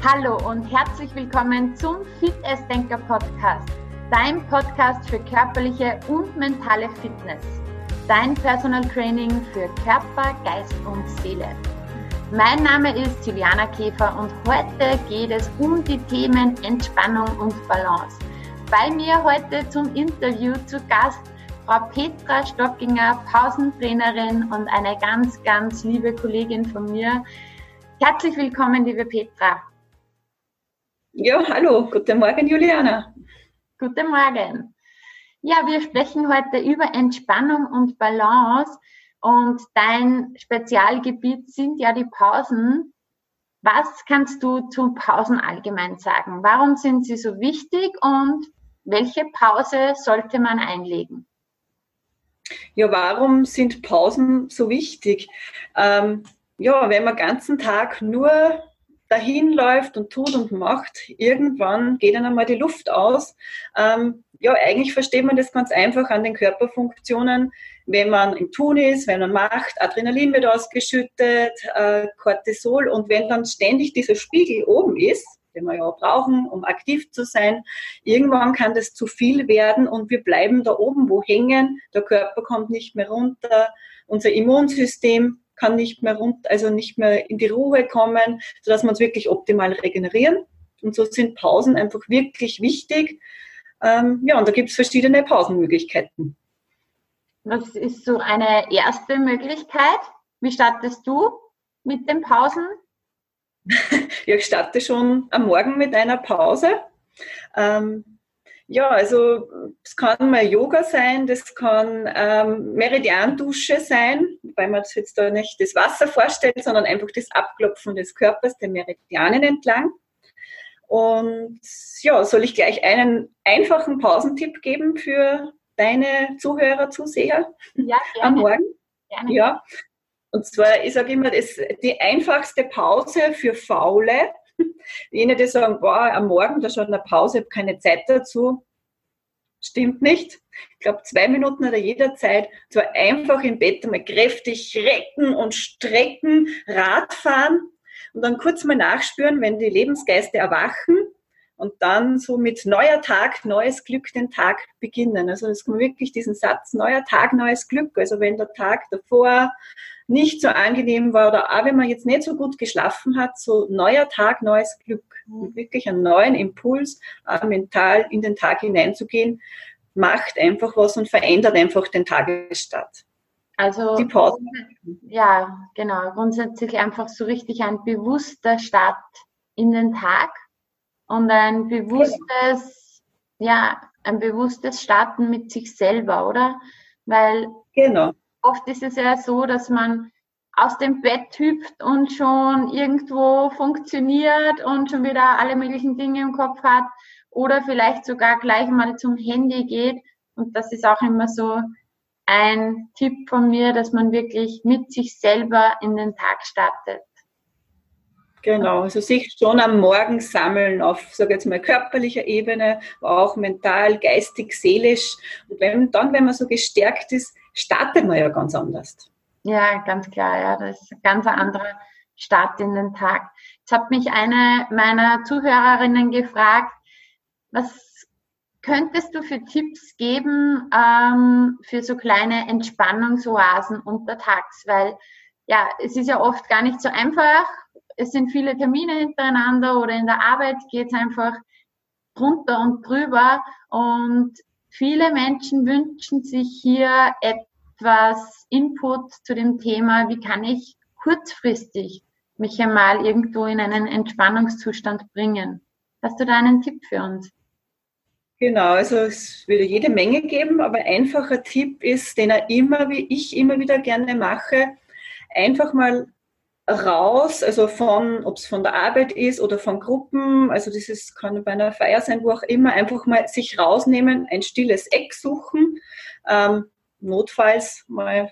Hallo und herzlich willkommen zum Fit as Denker Podcast, dein Podcast für körperliche und mentale Fitness, dein Personal Training für Körper, Geist und Seele. Mein Name ist Juliana Käfer und heute geht es um die Themen Entspannung und Balance. Bei mir heute zum Interview zu Gast Frau Petra Stockinger, Pausentrainerin und eine ganz, ganz liebe Kollegin von mir. Herzlich willkommen, liebe Petra. Ja, hallo, guten Morgen, Juliana. Guten Morgen. Ja, wir sprechen heute über Entspannung und Balance und dein Spezialgebiet sind ja die Pausen. Was kannst du zu Pausen allgemein sagen? Warum sind sie so wichtig und welche Pause sollte man einlegen? Ja, warum sind Pausen so wichtig? Wenn man den ganzen Tag nur dahin läuft und tut und macht, irgendwann geht dann einmal die Luft aus. Eigentlich versteht man das ganz einfach an den Körperfunktionen, wenn man im Tun ist, wenn man macht, Adrenalin wird ausgeschüttet, Cortisol, und wenn dann ständig dieser Spiegel oben ist, den wir ja auch brauchen, um aktiv zu sein, irgendwann kann das zu viel werden und wir bleiben da oben wo hängen, der Körper kommt nicht mehr runter, unser Immunsystem kann nicht mehr runter, also nicht mehr in die Ruhe kommen, sodass wir uns wirklich optimal regenerieren. Und so sind Pausen einfach wirklich wichtig. Und da gibt es verschiedene Pausenmöglichkeiten. Was ist so eine erste Möglichkeit? Wie startest du mit den Pausen? Ja, ich starte schon am Morgen mit einer Pause. Es kann mal Yoga sein, das kann Meridiandusche sein, weil man sich jetzt da nicht das Wasser vorstellt, sondern einfach das Abklopfen des Körpers, den Meridianen entlang. Und ja, soll ich gleich einen einfachen Pausentipp geben für deine Zuhörer, Zuseher? Ja, gerne. Am Morgen? Gerne. Ja. Und zwar, ich sage immer, das die einfachste Pause für Faule. Jene, die sagen, am Morgen, da schon eine Pause, ich habe keine Zeit dazu. Stimmt nicht. Ich glaube, 2 Minuten oder jederzeit. Zwar einfach im Bett einmal kräftig recken und strecken, Radfahren und dann kurz mal nachspüren, wenn die Lebensgeister erwachen und dann so mit neuer Tag, neues Glück den Tag beginnen. Also das kann man wirklich diesen Satz, neuer Tag, neues Glück. Also wenn der Tag davor nicht so angenehm war oder auch wenn man jetzt nicht so gut geschlafen hat, so neuer Tag, neues Glück. Und wirklich einen neuen Impuls, mental in den Tag hineinzugehen, macht einfach was und verändert einfach den Tagesstart. Also, die Pause. Ja, genau. Grundsätzlich einfach so richtig ein bewusster Start in den Tag und ein bewusstes Starten mit sich selber, oder? Weil genau. Oft ist es ja so, dass man aus dem Bett hüpft und schon irgendwo funktioniert und schon wieder alle möglichen Dinge im Kopf hat oder vielleicht sogar gleich mal zum Handy geht. Und das ist auch immer so ein Tipp von mir, dass man wirklich mit sich selber in den Tag startet. Genau, also sich schon am Morgen sammeln auf, sage jetzt mal, körperlicher Ebene, auch mental, geistig, seelisch. Und wenn man so gestärkt ist, startet man ja ganz anders. Ja, ganz klar, ja, das ist ein ganz anderer Start in den Tag. Jetzt hat mich eine meiner Zuhörerinnen gefragt, was könntest du für Tipps geben für so kleine Entspannungsoasen untertags? Weil ja, es ist ja oft gar nicht so einfach. Es sind viele Termine hintereinander oder in der Arbeit geht es einfach drunter und drüber. Und viele Menschen wünschen sich hier etwas Input zu dem Thema, wie kann ich kurzfristig mich einmal irgendwo in einen Entspannungszustand bringen. Hast du da einen Tipp für uns? Genau, also es würde jede Menge geben, aber ein einfacher Tipp ist, den ich immer wieder gerne mache, einfach mal raus, also ob es von der Arbeit ist oder von Gruppen, also kann bei einer Feier sein, wo auch immer, einfach mal sich rausnehmen, ein stilles Eck suchen, notfalls mal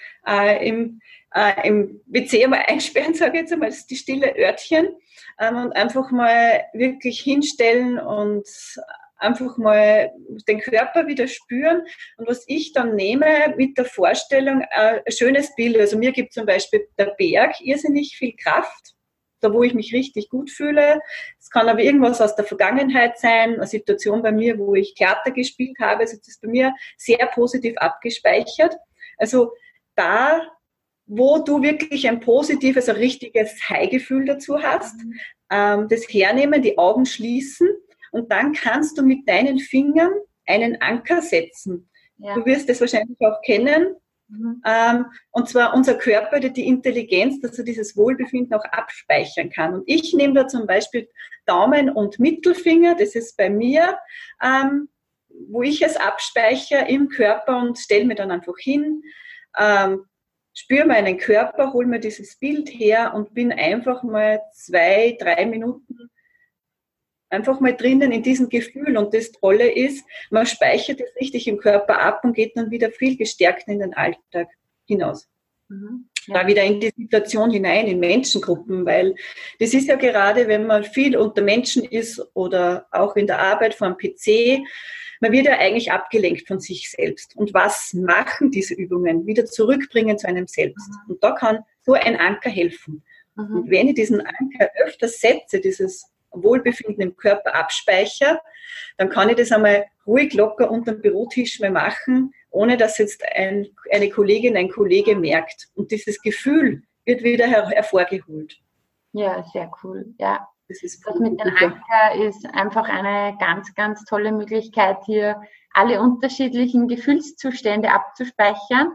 im WC mal einsperren, sage ich jetzt einmal, das ist die stille Örtchen, und einfach mal wirklich hinstellen und einfach mal den Körper wieder spüren. Und was ich dann nehme mit der Vorstellung, ein schönes Bild. Also mir gibt zum Beispiel der Berg irrsinnig viel Kraft. da wo ich mich richtig gut fühle. Es kann aber irgendwas aus der Vergangenheit sein, eine Situation bei mir, wo ich Theater gespielt habe. Also das ist bei mir sehr positiv abgespeichert. Also da, wo du wirklich ein positives, ein richtiges High-Gefühl dazu hast, das hernehmen, die Augen schließen und dann kannst du mit deinen Fingern einen Anker setzen. Ja. Du wirst das wahrscheinlich auch kennen. Und zwar unser Körper, die Intelligenz, dass er dieses Wohlbefinden auch abspeichern kann. Und ich nehme da zum Beispiel Daumen und Mittelfinger, das ist bei mir, wo ich es abspeichere im Körper und stelle mir dann einfach hin, spüre meinen Körper, hole mir dieses Bild her und bin einfach mal 2, 3 Minuten einfach mal drinnen in diesem Gefühl. Und das Tolle ist, man speichert es richtig im Körper ab und geht dann wieder viel gestärkt in den Alltag hinaus. Da wieder in die Situation hinein, in Menschengruppen, weil das ist ja gerade, wenn man viel unter Menschen ist oder auch in der Arbeit vor dem PC, man wird ja eigentlich abgelenkt von sich selbst. Und was machen diese Übungen? Wieder zurückbringen zu einem selbst. Und da kann so ein Anker helfen. Und wenn ich diesen Anker öfters setze, dieses Wohlbefinden im Körper abspeichere, dann kann ich das einmal ruhig locker unter dem Bürotisch mal machen, ohne dass jetzt eine Kollegin, ein Kollege merkt. Und dieses Gefühl wird wieder hervorgeholt. Ja, sehr cool. Ja. Das mit dem Anker ist einfach eine ganz, ganz tolle Möglichkeit, hier alle unterschiedlichen Gefühlszustände abzuspeichern.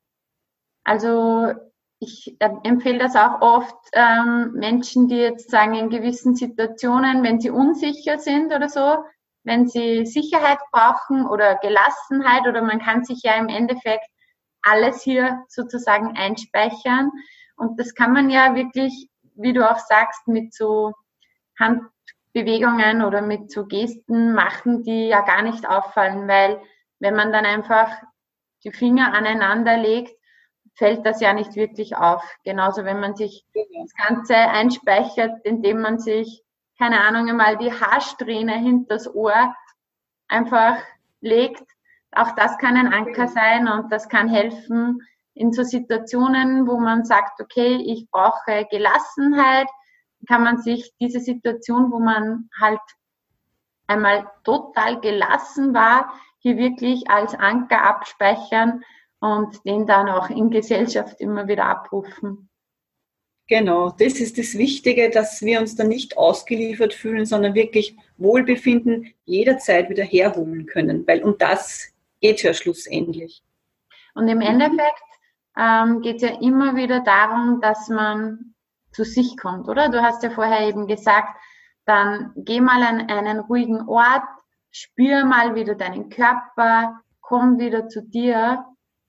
Also ich empfehle das auch oft Menschen, die jetzt sagen, in gewissen Situationen, wenn sie unsicher sind oder so, wenn sie Sicherheit brauchen oder Gelassenheit, oder man kann sich ja im Endeffekt alles hier sozusagen einspeichern. Und das kann man ja wirklich, wie du auch sagst, mit so Handbewegungen oder mit so Gesten machen, die ja gar nicht auffallen, weil wenn man dann einfach die Finger aneinander legt, fällt das ja nicht wirklich auf. Genauso, wenn man sich das Ganze einspeichert, indem man sich, keine Ahnung, einmal die Haarsträhne hinters Ohr einfach legt. Auch das kann ein Anker sein und das kann helfen in so Situationen, wo man sagt, okay, ich brauche Gelassenheit, kann man sich diese Situation, wo man halt einmal total gelassen war, hier wirklich als Anker abspeichern und den dann auch in Gesellschaft immer wieder abrufen. Genau, das ist das Wichtige, dass wir uns dann nicht ausgeliefert fühlen, sondern wirklich Wohlbefinden jederzeit wieder herholen können, weil um das geht es ja schlussendlich. Und im Endeffekt geht es ja immer wieder darum, dass man zu sich kommt, oder? Du hast ja vorher eben gesagt, dann geh mal an einen ruhigen Ort, spür mal wieder deinen Körper, komm wieder zu dir.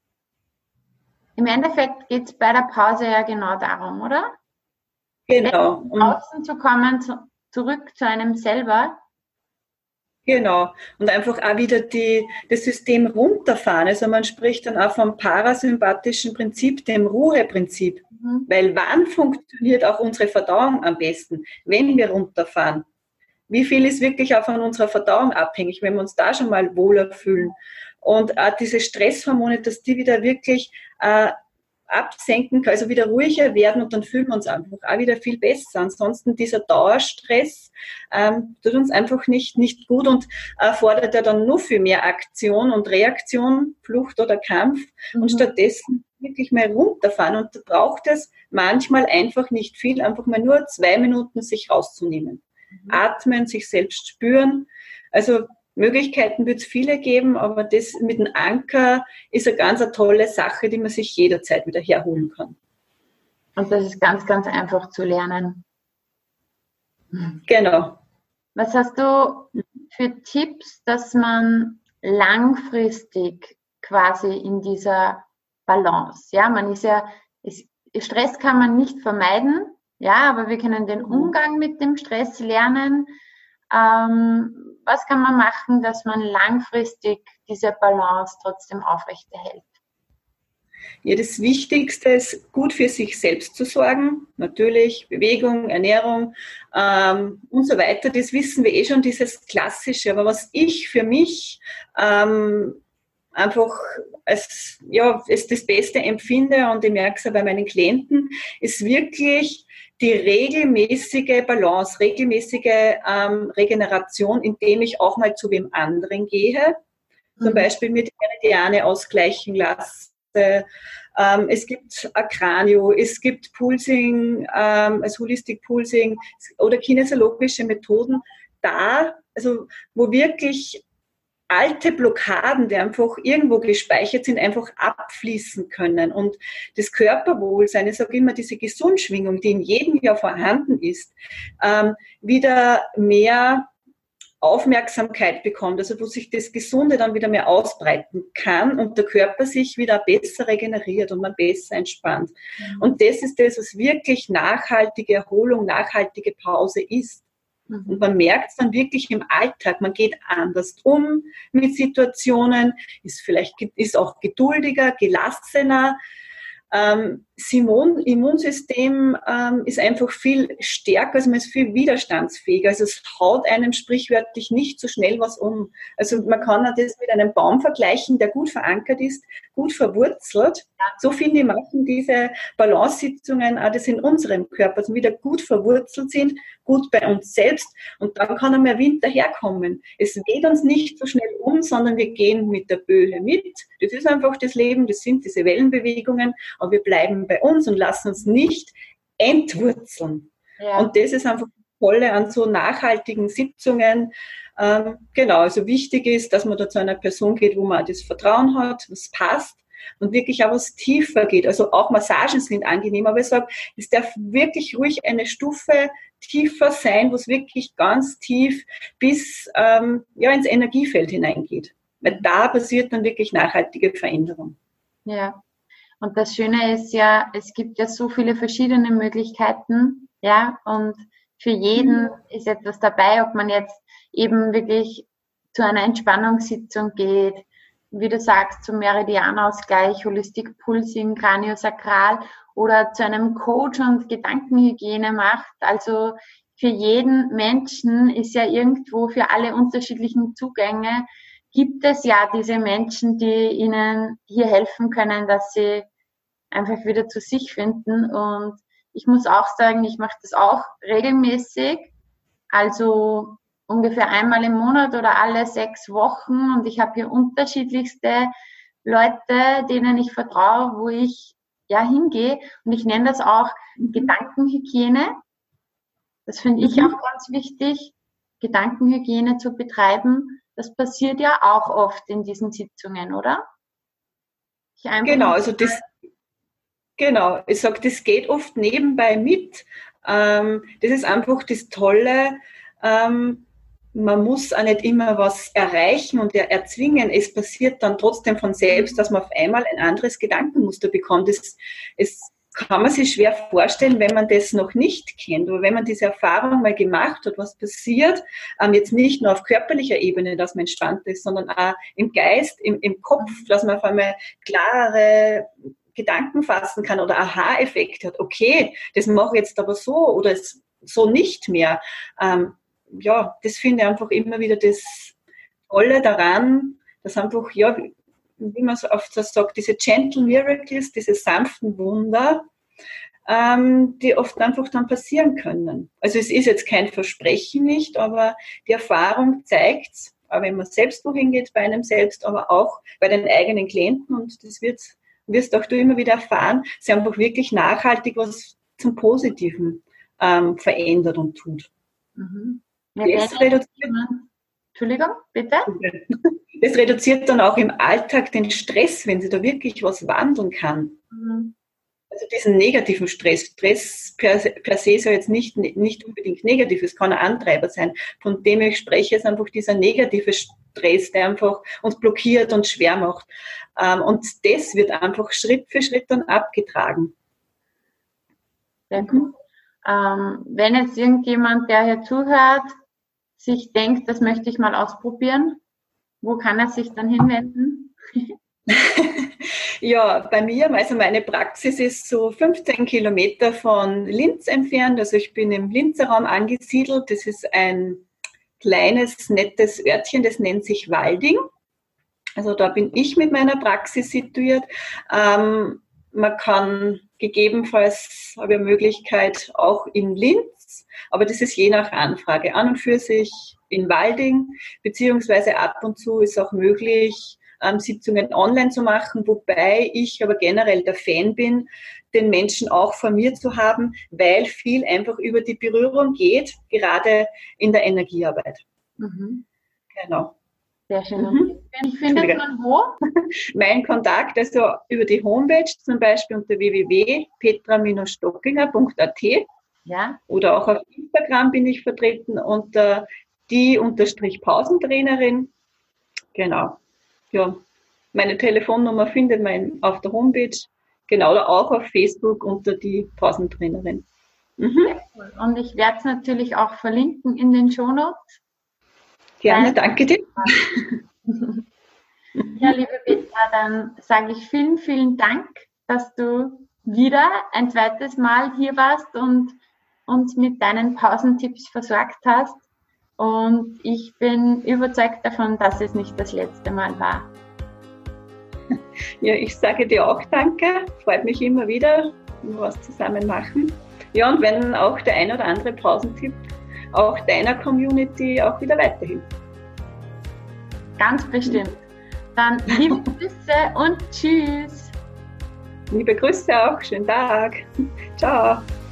Im Endeffekt geht es bei der Pause ja genau darum, oder? Genau. Um außen zu kommen, zurück zu einem selber. Genau. Und einfach auch wieder das System runterfahren. Also man spricht dann auch vom parasympathischen Prinzip, dem Ruheprinzip. Weil wann funktioniert auch unsere Verdauung am besten? Wenn wir runterfahren. Wie viel ist wirklich auch von unserer Verdauung abhängig, wenn wir uns da schon mal wohler fühlen? Und auch diese Stresshormone, dass die wieder wirklich absenken, also wieder ruhiger werden, und dann fühlen wir uns einfach auch wieder viel besser. Ansonsten dieser Dauerstress tut uns einfach nicht gut und fordert ja dann nur viel mehr Aktion und Reaktion, Flucht oder Kampf, und stattdessen wirklich mal runterfahren. Und da braucht es manchmal einfach nicht viel, einfach mal nur 2 Minuten sich rauszunehmen. Atmen, sich selbst spüren. Also Möglichkeiten wird es viele geben, aber das mit dem Anker ist eine ganz tolle Sache, die man sich jederzeit wieder herholen kann. Und das ist ganz, ganz einfach zu lernen. Genau. Was hast du für Tipps, dass man langfristig quasi in dieser Balance, ja, man ist ja, Stress kann man nicht vermeiden, ja, aber wir können den Umgang mit dem Stress lernen. Was kann man machen, dass man langfristig diese Balance trotzdem aufrechterhält? Ja, das Wichtigste ist, gut für sich selbst zu sorgen. Natürlich Bewegung, Ernährung und so weiter. Das wissen wir schon, dieses Klassische. Aber was ich für mich einfach als das Beste empfinde, und ich merke es ja bei meinen Klienten, ist wirklich die regelmäßige Balance, regelmäßige Regeneration, indem ich auch mal zu wem anderen gehe, zum Beispiel mir die Meridiane ausgleichen lasse. Es gibt Akranio, es gibt Pulsing, also Holistic Pulsing oder kinesiologische Methoden, also wo wirklich alte Blockaden, die einfach irgendwo gespeichert sind, einfach abfließen können. Und das Körperwohlsein, ich sage immer, diese Gesundschwingung, die in jedem Jahr vorhanden ist, wieder mehr Aufmerksamkeit bekommt, also wo sich das Gesunde dann wieder mehr ausbreiten kann und der Körper sich wieder besser regeneriert und man besser entspannt. Und das ist das, was wirklich nachhaltige Erholung, nachhaltige Pause ist. Und man merkt es dann wirklich im Alltag, man geht anders um mit Situationen, ist auch geduldiger, gelassener. Das Immunsystem ist einfach viel stärker, also man ist viel widerstandsfähiger. Also es haut einem sprichwörtlich nicht so schnell was um. Also man kann das mit einem Baum vergleichen, der gut verankert ist, gut verwurzelt. So finde ich, machen diese Balance-Sitzungen auch das in unserem Körper, also wieder gut verwurzelt sind, gut bei uns selbst, und dann kann einmal Wind daherkommen. Es weht uns nicht so schnell um, sondern wir gehen mit der Böe mit. Das ist einfach das Leben, das sind diese Wellenbewegungen, aber wir bleiben bei uns und lassen uns nicht entwurzeln. Ja. Und das ist einfach das Tolle an so nachhaltigen Sitzungen. Genau, also wichtig ist, dass man da zu einer Person geht, wo man das Vertrauen hat, was passt, und wirklich auch was tiefer geht. Also auch Massagen sind angenehm, aber ich sage, es darf wirklich ruhig eine Stufe tiefer sein, wo es wirklich ganz tief bis ins Energiefeld hineingeht. Weil da passiert dann wirklich nachhaltige Veränderung. Ja, und das Schöne ist ja, es gibt ja so viele verschiedene Möglichkeiten, ja, und für jeden ist etwas dabei, ob man jetzt eben wirklich zu einer Entspannungssitzung geht, wie du sagst, zum Meridianausgleich, Holistic Pulsing, Craniosakral, oder zu einem Coach und Gedankenhygiene macht. Also für jeden Menschen ist ja irgendwo, für alle unterschiedlichen Zugänge, gibt es ja diese Menschen, die ihnen hier helfen können, dass sie einfach wieder zu sich finden. Und ich muss auch sagen, ich mache das auch regelmäßig, also ungefähr einmal im Monat oder alle 6 Wochen, und ich habe hier unterschiedlichste Leute, denen ich vertraue, wo ich hingehe, und ich nenne das auch Gedankenhygiene. Das finde ich auch ganz wichtig, Gedankenhygiene zu betreiben. Das passiert ja auch oft in diesen Sitzungen, oder? Genau, ich sage, das geht oft nebenbei mit. Das ist einfach das Tolle. Man muss auch nicht immer was erreichen und erzwingen. Es passiert dann trotzdem von selbst, dass man auf einmal ein anderes Gedankenmuster bekommt. Es kann man sich schwer vorstellen, wenn man das noch nicht kennt. Aber wenn man diese Erfahrung mal gemacht hat, was passiert, jetzt nicht nur auf körperlicher Ebene, dass man entspannt ist, sondern auch im Geist, im Kopf, dass man auf einmal klarere Gedanken fassen kann oder Aha-Effekt hat. Okay, das mache ich jetzt aber so oder so nicht mehr. Das finde ich einfach immer wieder das Tolle daran, dass einfach, wie man so oft sagt, diese Gentle Miracles, diese sanften Wunder, die oft einfach dann passieren können. Also es ist jetzt kein Versprechen nicht, aber die Erfahrung zeigt es, wenn man selbst wohin geht, bei einem selbst, aber auch bei den eigenen Klienten, und das wirst auch du immer wieder erfahren, sie einfach wirklich nachhaltig was zum Positiven verändert und tut. Mhm. Entschuldigung, bitte? Das reduziert dann auch im Alltag den Stress, wenn sie da wirklich was wandeln kann. Mhm. Also diesen negativen Stress. Stress per se ist ja jetzt nicht unbedingt negativ, es kann ein Antreiber sein. Von dem ich spreche, ist einfach dieser negative Stress, der einfach uns blockiert und schwer macht. Und das wird einfach Schritt für Schritt dann abgetragen. Sehr gut. Wenn jetzt irgendjemand, der hier zuhört, sich denkt, das möchte ich mal ausprobieren, wo kann er sich dann hinwenden? Ja, bei mir, also meine Praxis ist so 15 Kilometer von Linz entfernt. Also ich bin im Linzer Raum angesiedelt. Das ist ein kleines, nettes Örtchen, das nennt sich Walding. Also da bin ich mit meiner Praxis situiert. Man kann gegebenenfalls, habe ich eine Möglichkeit, auch in Linz, aber das ist je nach Anfrage. An und für sich in Walding, beziehungsweise ab und zu ist auch möglich, Sitzungen online zu machen, wobei ich aber generell der Fan bin, den Menschen auch vor mir zu haben, weil viel einfach über die Berührung geht, gerade in der Energiearbeit. Mhm. Genau. Sehr schön. Und wie findet man wo? Mein Kontakt, also über die Homepage zum Beispiel unter www.petra-stockinger.at, ja. Oder auch auf Instagram bin ich vertreten unter die-Pausentrainerin. Genau. Ja, meine Telefonnummer findet man auf der Homepage. Genau, oder auch auf Facebook unter die Pausentrainerin. Sehr cool. Und ich werde es natürlich auch verlinken in den Shownotes. Gerne, danke dir. Ja, liebe Petra, dann sage ich vielen, vielen Dank, dass du wieder ein zweites Mal hier warst und uns mit deinen Pausentipps versorgt hast. Und ich bin überzeugt davon, dass es nicht das letzte Mal war. Ja, ich sage dir auch danke. Freut mich immer wieder, wenn wir was zusammen machen. Ja, und wenn auch der ein oder andere Pausentipp auch deiner Community auch wieder weiterhilft. Ganz bestimmt. Dann liebe Grüße und tschüss. Liebe Grüße auch. Schönen Tag. Ciao.